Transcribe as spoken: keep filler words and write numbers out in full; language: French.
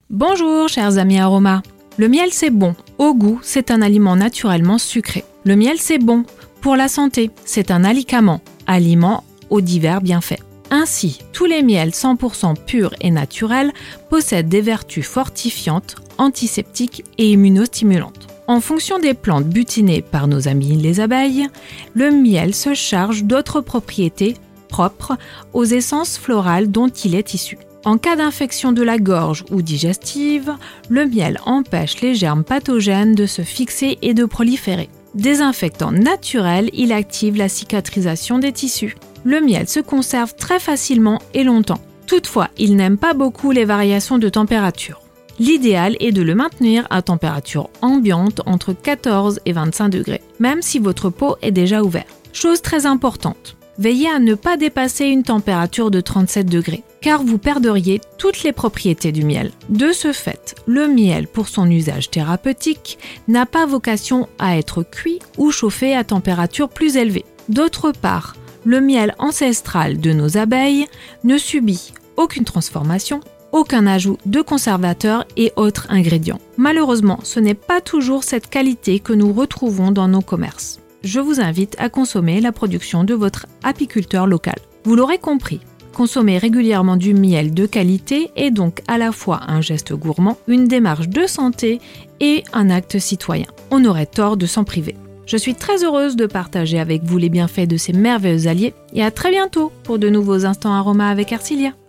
Bonjour chers amis aromas. Le miel c'est bon. Au goût, c'est un aliment naturellement sucré. Le miel c'est bon. Pour la santé, c'est un alicament, aliment aux divers bienfaits. Ainsi, tous les miels cent pour cent purs et naturels possèdent des vertus fortifiantes, antiseptiques et immunostimulantes. En fonction des plantes butinées par nos amis les abeilles, le miel se charge d'autres propriétés propres aux essences florales dont il est issu. En cas d'infection de la gorge ou digestive, le miel empêche les germes pathogènes de se fixer et de proliférer. Désinfectant naturel, il active la cicatrisation des tissus. Le miel se conserve très facilement et longtemps. Toutefois, il n'aime pas beaucoup les variations de température. L'idéal est de le maintenir à température ambiante entre quatorze et vingt-cinq degrés, même si votre pot est déjà ouvert. Chose très importante, veillez à ne pas dépasser une température de trente-sept degrés, car vous perdriez toutes les propriétés du miel. De ce fait, le miel, pour son usage thérapeutique, n'a pas vocation à être cuit ou chauffé à température plus élevée. D'autre part, le miel ancestral de nos abeilles ne subit aucune transformation, aucun ajout de conservateurs et autres ingrédients. Malheureusement, ce n'est pas toujours cette qualité que nous retrouvons dans nos commerces. Je vous invite à consommer la production de votre apiculteur local. Vous l'aurez compris, consommer régulièrement du miel de qualité est donc à la fois un geste gourmand, une démarche de santé et un acte citoyen. On aurait tort de s'en priver. Je suis très heureuse de partager avec vous les bienfaits de ces merveilleux alliés et à très bientôt pour de nouveaux instants aromas avec Arcilia.